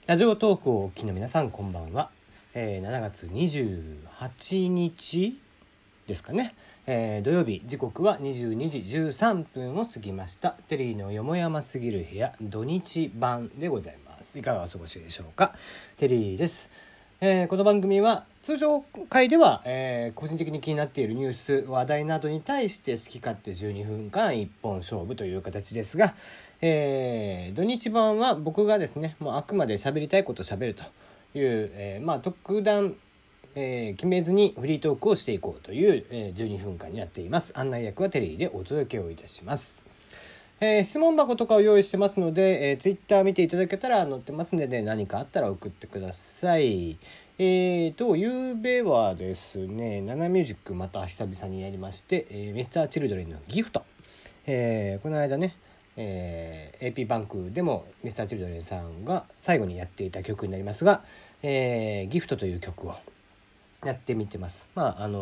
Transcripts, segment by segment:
ラジオトークをお聞きの皆さん、こんばんは。7月28日ですかね、土曜日、時刻は22時13分を過ぎました。テリーのよもやますぎる部屋土日版でございます。いかがお過ごしでしょうか。テリーです。この番組は通常回では、個人的に気になっているニュース話題などに対して好き勝手12分間一本勝負という形ですが、土日版は僕がですね、もうあくまで喋りたいことを喋るという、特段、決めずにフリートークをしていこうという、12分間になっています。案内役はテリーでお届けをいたします。質問箱とかを用意してますので、ツイッター見ていただけたら載ってますので、何かあったら送ってください。ゆうべはですね、ナナミュージックまた久々にやりまして、Mr.Children のギフト、この間ね、AP バンクでも Mr.Children さんが最後にやっていた曲になりますが、ギフトという曲をやってみてます。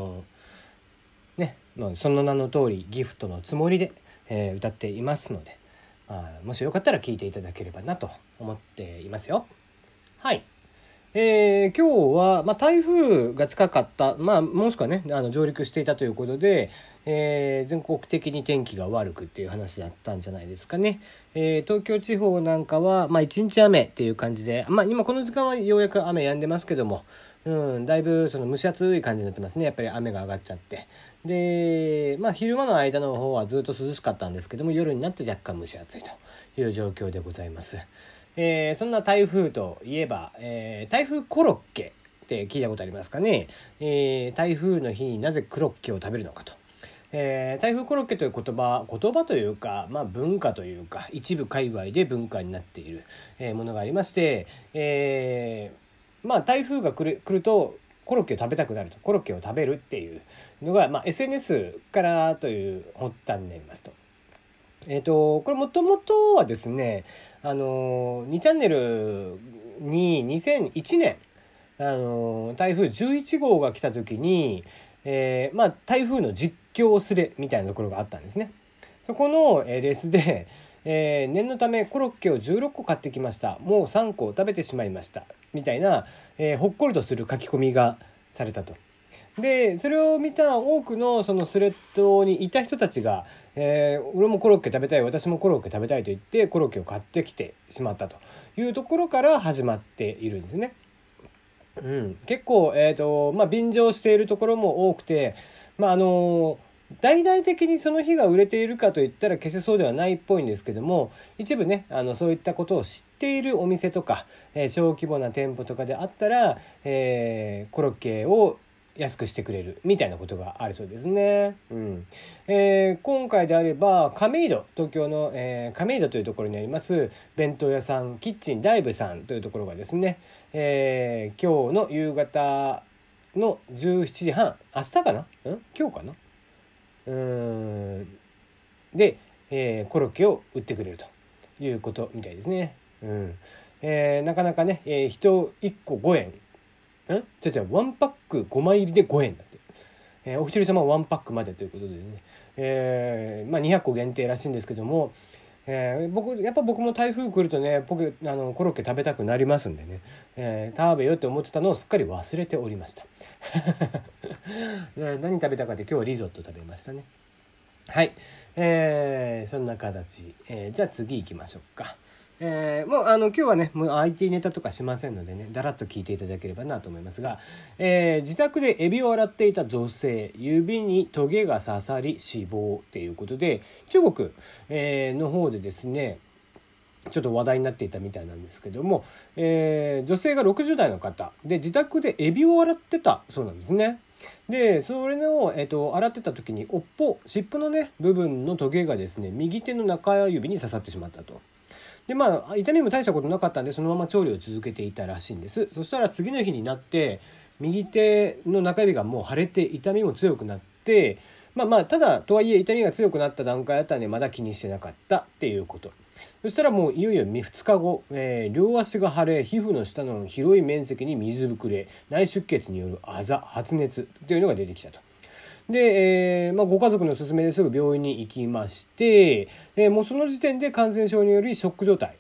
その名の通りギフトのつもりで歌っていますので、もしよかったら聴いていただければなと思っていますよ。はい。今日は、台風が近かった、もしくはね上陸していたということで、全国的に天気が悪くっていう話だったんじゃないですかね。東京地方なんかは、一日雨っていう感じで、今この時間はようやく雨止んでますけども、だいぶその蒸し暑い感じになってますね。やっぱり雨が上がっちゃって。で、昼間の間の方はずっと涼しかったんですけども、夜になって若干蒸し暑いという状況でございます。そんな台風といえば、台風コロッケって聞いたことありますかね。台風の日になぜコロッケを食べるのかと。台風コロッケという言葉というか、文化というか一部界隈で文化になっている、ものがありまして、台風が来るとコロッケを食べたくなると、コロッケを食べるっていうのが、SNS からという発端になりますと。これもともとはですね、2チャンネルに2001年、台風11号が来た時に、台風の実況をするみたいなところがあったんですね。そこのレースで、念のためコロッケを16個買ってきました、もう3個食べてしまいましたみたいな、ほっこりとする書き込みがされたと。でそれを見た多くのそのスレッドにいた人たちが、俺もコロッケ食べたい、私もコロッケ食べたいと言ってコロッケを買ってきてしまったというところから始まっているんですね。結構、便乗しているところも多くて、大々的にその日が売れているかといったら決してそうではないっぽいんですけども、一部ねそういったことを知っているお店とか、小規模な店舗とかであったら、コロッケを安くしてくれるみたいなことがあるそうですね。今回であれば亀戸、東京の、亀戸というところにあります弁当屋さんキッチンダイブさんというところがですね、今日の夕方の17時半、明日かな、今日かな、で、コロッケを売ってくれるということみたいですね。なかなかね、人1個5円、ワンパック5枚入りで5円だって、お一人様ワンパックまでということでね、200個限定らしいんですけども、僕も台風来るとねコロッケ食べたくなりますんでね、食べようって思ってたのをすっかり忘れておりました何食べたかで今日はリゾット食べましたね。はい、そんな形、じゃあ次行きましょうか。もう今日はねもう IT ネタとかしませんのでね、だらっと聞いていただければなと思いますが、自宅でエビを洗っていた女性、指にトゲが刺さり死亡ということで、中国、の方でですねちょっと話題になっていたみたいなんですけども、女性が60代の方で自宅でエビを洗ってたそうなんですね。でそれを、洗ってた時に尻尾のね部分のトゲがですね右手の中指に刺さってしまったと。で痛みも大したことなかったんでそのまま調理を続けていたらしいんです。そしたら次の日になって右手の中指がもう腫れて痛みも強くなって、ただとはいえ痛みが強くなった段階だったんでまだ気にしてなかったっていうこと。そしたらもういよいよ2日後、両足が腫れ、皮膚の下の広い面積に水ぶくれ、内出血によるあざ、発熱というのが出てきたと。で、ご家族の勧めですぐ病院に行きまして、もうその時点で感染症によりショック状態、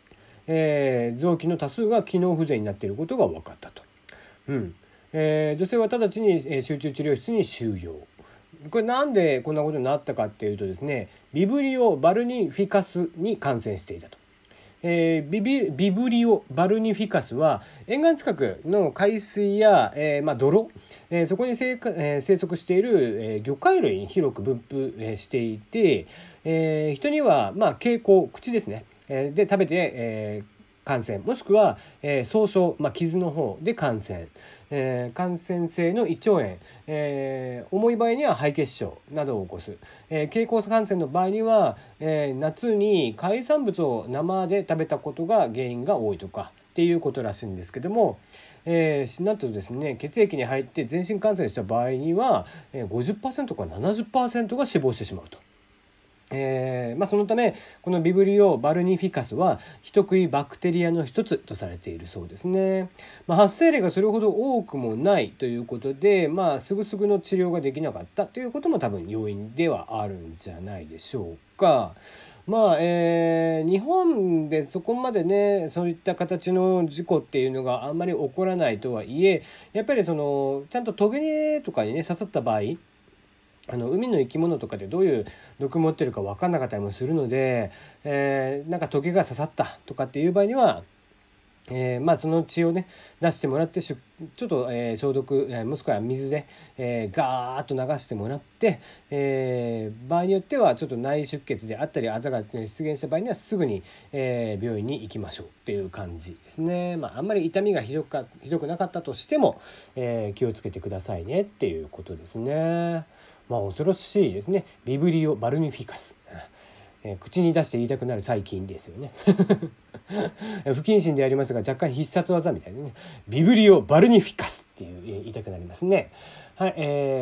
臓器の多数が機能不全になっていることが分かったと。女性は直ちに集中治療室に収容。これなんでこんなことになったかっていうとですね、ビブリオバルニフィカスに感染していたと。ビブリオバルニフィカスは沿岸近くの海水や、泥、そこに生息している、魚介類に広く分布していて、人には、経口、口ですね、で食べて、感染、もしくは、創傷、傷の方で感染、感染性の胃腸炎、重い場合には肺血症などを起こす、経口感染の場合には、夏に海産物を生で食べたことが原因が多いとかっていうことらしいんですけども、なんとですね、血液に入って全身感染した場合には 50% から 70% が死亡してしまうと。そのためこのビブリオバルニフィカスは人食いバクテリアの一つとされているそうですね。発生例がそれほど多くもないということで、すぐすぐの治療ができなかったということも多分要因ではあるんじゃないでしょうか。日本でそこまでね、そういった形の事故っていうのがあんまり起こらないとはいえ、やっぱりちゃんとトゲネとかにね刺さった場合、海の生き物とかでどういう毒持ってるか分かんなかったりもするので、なんかトゲが刺さったとかっていう場合には、その血をね出してもらってちょっと、消毒、もしくは水で、ガーッと流してもらって、場合によってはちょっと内出血であったりあざが出現した場合にはすぐに、病院に行きましょうっていう感じですね。あんまり痛みがひどくなかったとしても、気をつけてくださいねっていうことですね。恐ろしいですね。ビブリオバルニフィカス、口に出して言いたくなる細菌ですよね。不謹慎でありますが若干必殺技みたいなね、ビブリオバルニフィカスっていう言いたくなりますね。はい、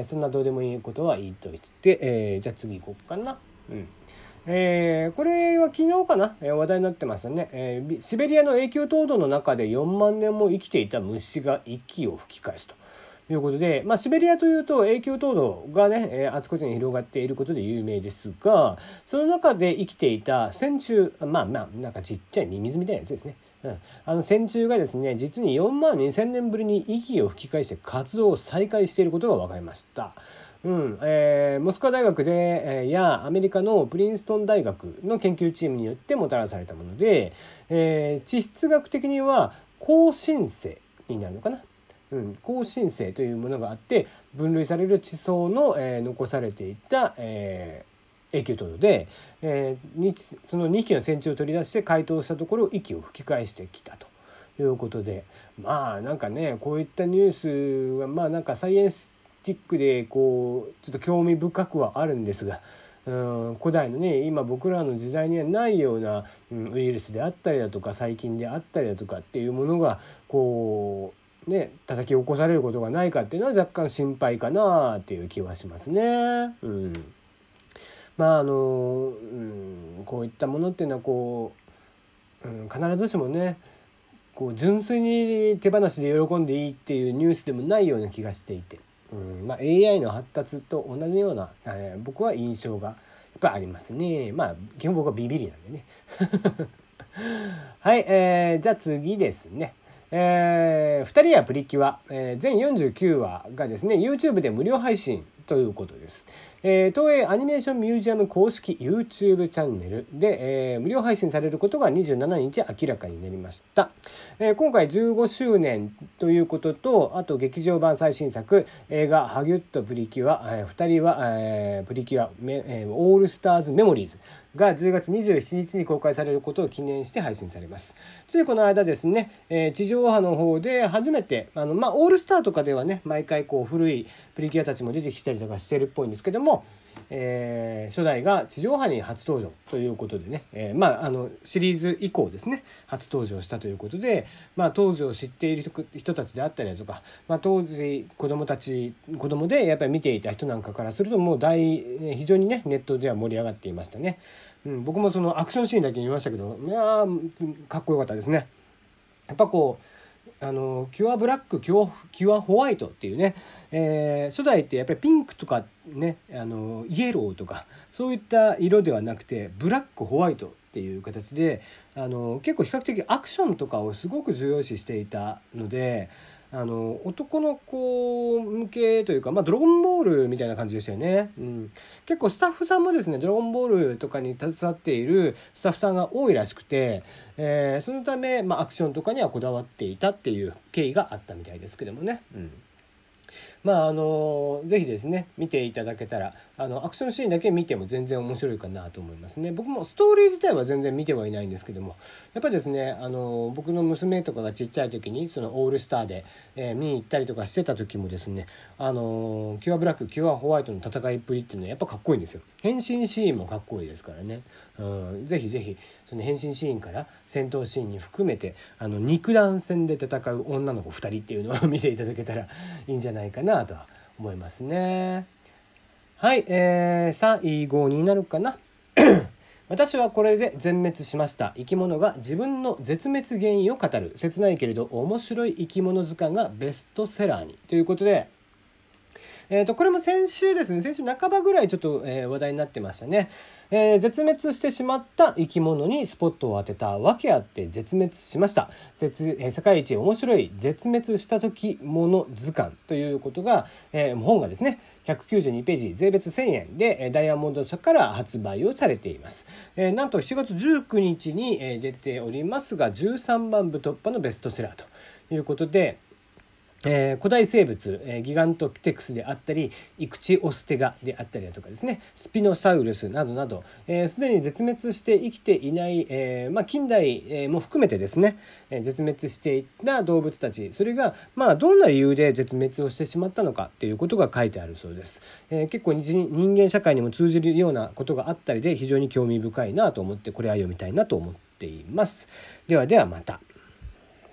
そんなどうでもいいことはいいと言って、じゃあ次行こうかな。これは昨日かな、話題になってましたね。シベリアの永久凍土の中で4万年も生きていた虫が息を吹き返すということで、シベリアというと永久凍土がね、あちこちに広がっていることで有名ですが、その中で生きていた線虫、なんかちっちゃいミミズみたいなやつですね。線虫がですね、実に4万2000年ぶりに息を吹き返して活動を再開していることが分かりました。モスクワ大学で、やアメリカのプリンストン大学の研究チームによってもたらされたもので、地質学的には高新星になるのかな。高新星というものがあって分類される地層の、残されていた、永久凍土で、その2匹の線虫を取り出して解凍したところ息を吹き返してきたということで、なんかね、こういったニュースはなんかサイエンスティックでこうちょっと興味深くはあるんですが、古代のね今僕らの時代にはないような、ウイルスであったりだとか細菌であったりだとかっていうものがこう叩き起こされることがないかっていうのは若干心配かなっていう気はしますね。こういったものっていうのはこう、必ずしもねこう純粋に手放しで喜んでいいっていうニュースでもないような気がしていて、AI の発達と同じような、僕は印象がやっぱりありますね。基本僕はビビりなんでね。はい、じゃあ次ですね。2人やプリキュア、全49話がですね YouTube で無料配信ということです。東映アニメーションミュージアム公式 YouTube チャンネルで、無料配信されることが27日明らかになりました。今回15周年ということと、あと劇場版最新作映画ハギュッとプリキュア、2人は、プリキュア、オールスターズメモリーズが10月27日に公開されることを記念して配信されます。ついこの間ですね、地上波の方で初めてオールスターとかではね毎回こう古いプリキュアたちも出てきたりとかしてるっぽいんですけども、初代が地上波に初登場ということでね、シリーズ以降ですね初登場したということで、当時を知っている人たちであったりだとか、当時子供でやっぱり見ていた人なんかからするともう非常にねネットでは盛り上がっていましたね。僕もそのアクションシーンだけ見ましたけど、かっこよかったですね。やっぱこうキュアブラックキュアホワイトっていうね、初代ってやっぱりピンクとかねイエローとかそういった色ではなくてブラックホワイトっていう形で結構比較的アクションとかをすごく重要視していたので男の子向けというか、ドラゴンボールみたいな感じでしたよね、結構スタッフさんもですねドラゴンボールとかに携わっているスタッフさんが多いらしくて、そのため、アクションとかにはこだわっていたっていう経緯があったみたいですけどもね、ぜひですね見ていただけたらアクションシーンだけ見ても全然面白いかなと思いますね。僕もストーリー自体は全然見てはいないんですけども、やっぱりですね僕の娘とかがちっちゃい時にそのオールスターで、見に行ったりとかしてた時もですねキュアブラックキュアホワイトの戦いっぷりっていうのはやっぱかっこいいんですよ。変身シーンもかっこいいですからね、ぜひぜひその変身シーンから戦闘シーンに含めて肉弾戦で戦う女の子2人っていうのを見ていただけたらいいんじゃないかなとは思いますね。はい、最後になるかな私はこれで全滅しました。生き物が自分の絶滅原因を語る切ないけれど面白い生き物図鑑がベストセラーにということで、これも先週ですね、先週半ばぐらいちょっと、話題になってましたね。絶滅してしまった生き物にスポットを当てた訳あって絶滅しました。世界一面白い絶滅した時もの図鑑ということが、本がですね192ページ税別1000円でダイヤモンド社から発売をされています。なんと7月19日に出ておりますが13万部突破のベストセラーということで、古代生物、ギガントピテクスであったりイクチオステガであったりだとかですねスピノサウルスなどなどすでに絶滅して生きていない、近代、も含めてですね、絶滅していった動物たち、それがどんな理由で絶滅をしてしまったのかということが書いてあるそうです。結構人間社会にも通じるようなことがあったりで非常に興味深いなと思ってこれは読みたいなと思っています。ではまた。